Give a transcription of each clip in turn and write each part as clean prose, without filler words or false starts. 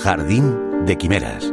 Jardín de Quimeras.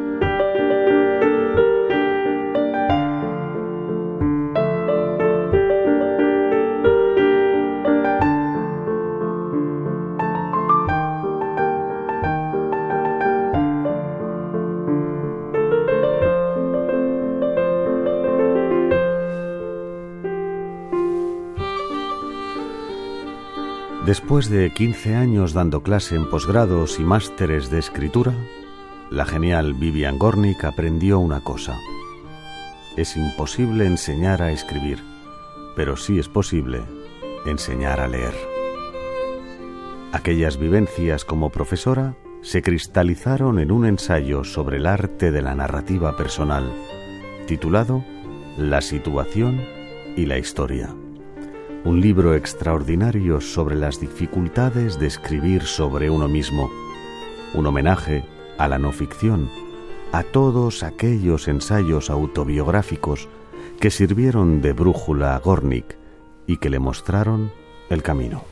Después de 15 años dando clase en posgrados y másteres de escritura, la genial Vivian Gornick aprendió una cosa. Es imposible enseñar a escribir, pero sí es posible enseñar a leer. Aquellas vivencias como profesora se cristalizaron en un ensayo sobre el arte de la narrativa personal, titulado La situación y la historia. Un libro extraordinario sobre las dificultades de escribir sobre uno mismo, un homenaje a la no ficción, a todos aquellos ensayos autobiográficos que sirvieron de brújula a Gornick y que le mostraron el camino.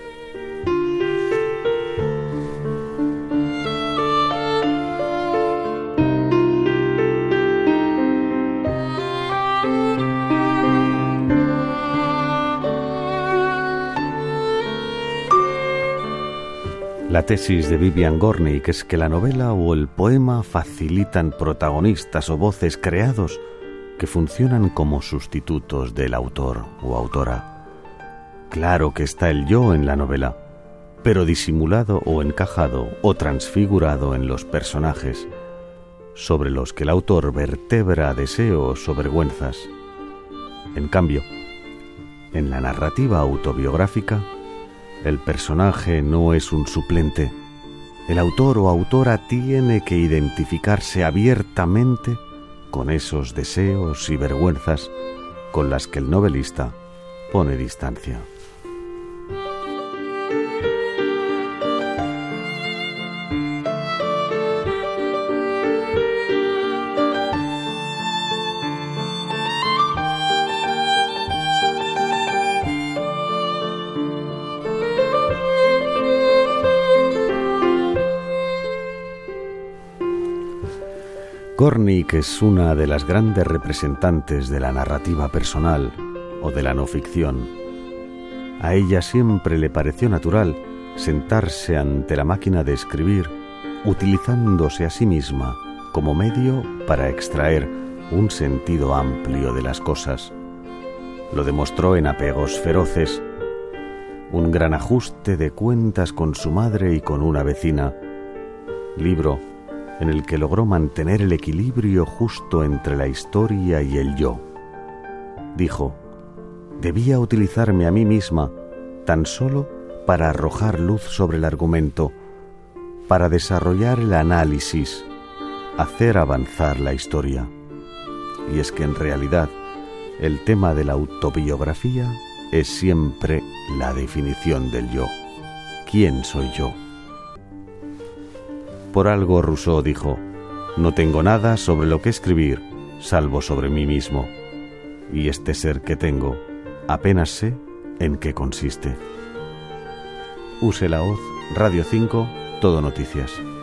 La tesis de Vivian Gornick es que la novela o el poema facilitan protagonistas o voces creados que funcionan como sustitutos del autor o autora. Claro que está el yo en la novela, pero disimulado o encajado o transfigurado en los personajes, sobre los que el autor vertebra deseos o vergüenzas. En cambio, en la narrativa autobiográfica, el personaje no es un suplente. El autor o autora tiene que identificarse abiertamente con esos deseos y vergüenzas con las que el novelista pone distancia. Gornick es una de las grandes representantes de la narrativa personal o de la no ficción. A ella siempre le pareció natural sentarse ante la máquina de escribir, utilizándose a sí misma como medio para extraer un sentido amplio de las cosas. Lo demostró en Apegos feroces, un gran ajuste de cuentas con su madre y con una vecina, libro en el que logró mantener el equilibrio justo entre la historia y el yo. Dijo: debía utilizarme a mí misma tan solo para arrojar luz sobre el argumento, para desarrollar el análisis, hacer avanzar la historia. Y es que en realidad el tema de la autobiografía es siempre la definición del yo. ¿Quién soy yo? Por algo Rousseau dijo: no tengo nada sobre lo que escribir, salvo sobre mí mismo. Y este ser que tengo, apenas sé en qué consiste. Use la Hoz, Radio 5, Todo Noticias.